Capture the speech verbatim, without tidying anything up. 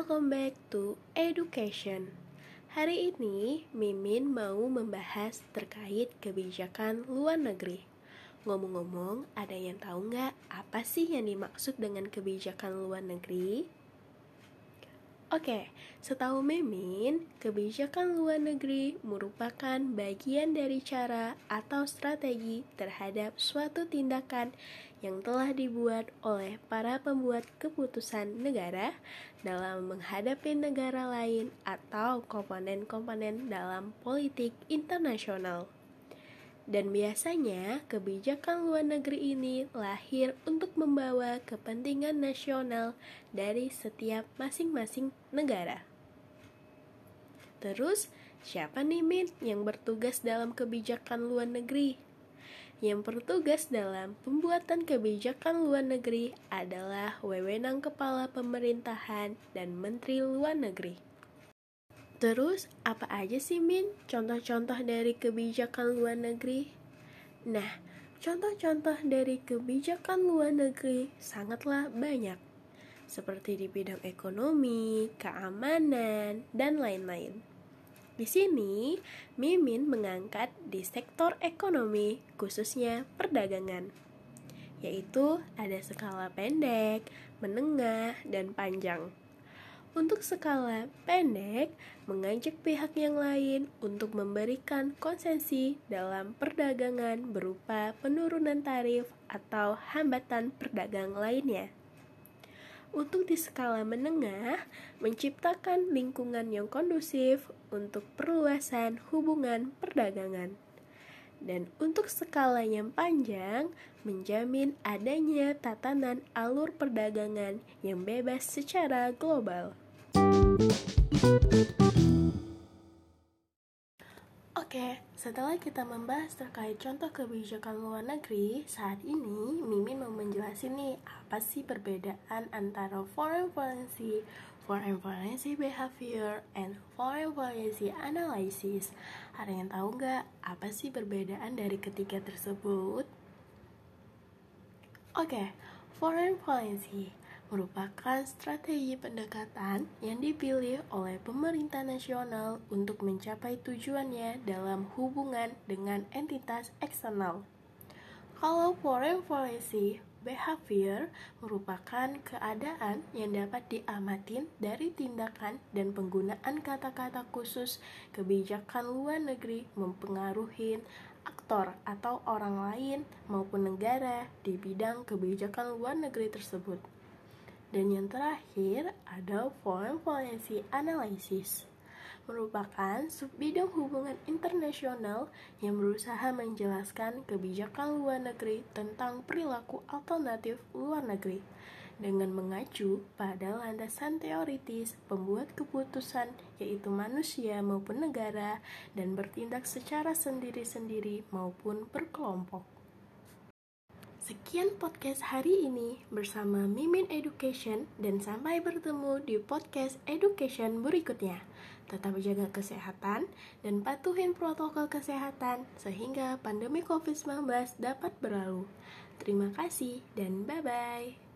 welcome back to Education. Hari ini Mimin mau membahas terkait kebijakan luar negeri. Ngomong-ngomong, ada yang tahu nggak apa sih yang dimaksud dengan kebijakan luar negeri? Oke, setahu Mimin, kebijakan luar negeri merupakan bagian dari cara atau strategi terhadap suatu tindakan yang telah dibuat oleh para pembuat keputusan negara dalam menghadapi negara lain atau komponen-komponen dalam politik internasional. Dan biasanya kebijakan luar negeri ini lahir untuk membawa kepentingan nasional dari setiap masing-masing negara. Terus, siapa nih Min yang bertugas dalam kebijakan luar negeri? Yang bertugas dalam pembuatan kebijakan luar negeri adalah wewenang kepala pemerintahan dan menteri luar negeri. Terus, apa aja sih Min contoh-contoh dari kebijakan luar negeri? Nah, contoh-contoh dari kebijakan luar negeri sangatlah banyak, seperti di bidang ekonomi, keamanan, dan lain-lain. Di sini, Mimin mengangkat di sektor ekonomi, khususnya perdagangan, yaitu ada skala pendek, menengah, dan panjang. Untuk skala pendek, mengajak pihak yang lain untuk memberikan konsesi dalam perdagangan berupa penurunan tarif atau hambatan perdagang lainnya. Untuk di skala menengah, menciptakan lingkungan yang kondusif untuk perluasan hubungan perdagangan. Dan untuk skala yang panjang, menjamin adanya tatanan alur perdagangan yang bebas secara global. Oke, setelah kita membahas terkait contoh kebijakan luar negeri, saat ini Mimin mau menjelasin nih apa sih perbedaan antara foreign policy, foreign policy behavior, and foreign policy analysis. Ada yang tahu nggak apa sih perbedaan dari ketiga tersebut? Oke, foreign policy merupakan strategi pendekatan yang dipilih oleh pemerintah nasional untuk mencapai tujuannya dalam hubungan dengan entitas eksternal. Kalau foreign policy behavior merupakan keadaan yang dapat diamatin dari tindakan dan penggunaan kata-kata khusus kebijakan luar negeri mempengaruhi aktor atau orang lain maupun negara di bidang kebijakan luar negeri tersebut. Dan yang terakhir ada foreign policy analysis, merupakan subbidang hubungan internasional yang berusaha menjelaskan kebijakan luar negeri tentang perilaku alternatif luar negeri dengan mengacu pada landasan teoritis pembuat keputusan yaitu manusia maupun negara dan bertindak secara sendiri-sendiri maupun berkelompok. Sekian podcast hari ini bersama Mimin Education dan sampai bertemu di podcast Education berikutnya. Tetap jaga kesehatan dan patuhin protokol kesehatan sehingga pandemi covid sembilan belas dapat berlalu. Terima kasih dan bye-bye.